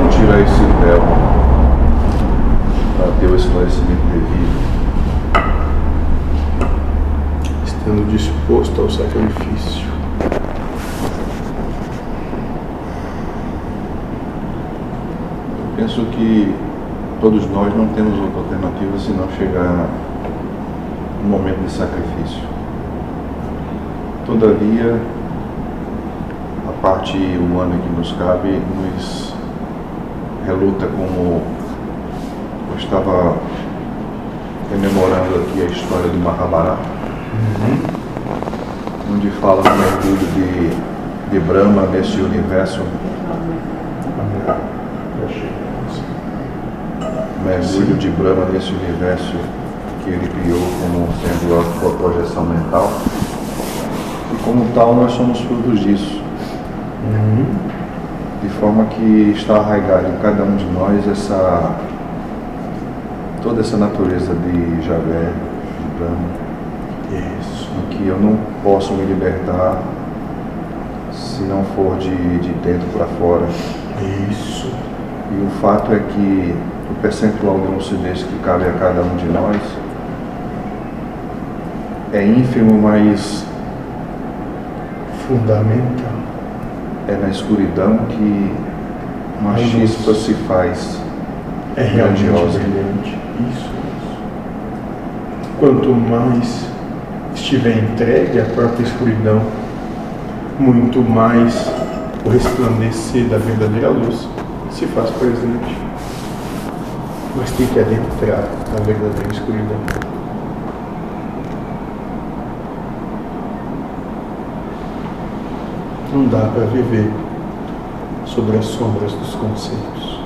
tirar esse véu para ter o esclarecimento devido. Estando disposto ao sacrifício. Eu penso que todos nós não temos outra alternativa senão chegar no momento de sacrifício. Todavia, a parte humana que nos cabe nos reluta, como eu estava rememorando aqui a história do Mahabharata, onde fala do mergulho de Brahma nesse universo. Mergulho de Brahma nesse universo que ele criou como sendo a sua projeção mental. E como tal, nós somos frutos disso. De forma que está arraigado em cada um de nós toda essa natureza de Javé, de Brahma. Isso. Em que eu não posso me libertar se não for de dentro para fora. Isso. E o fato é que o percentual de lucidez que cabe a cada um de nós é ínfimo, mas Fundamental. é na escuridão que uma chispa se faz É realmente grandiosa. brilhante. Isso. Quanto mais estiver entregue à própria escuridão, muito mais o resplandecer da verdadeira luz se faz presente. Mas tem que adentrar na verdadeira escuridão. Não dá para viver sobre as sombras dos conceitos.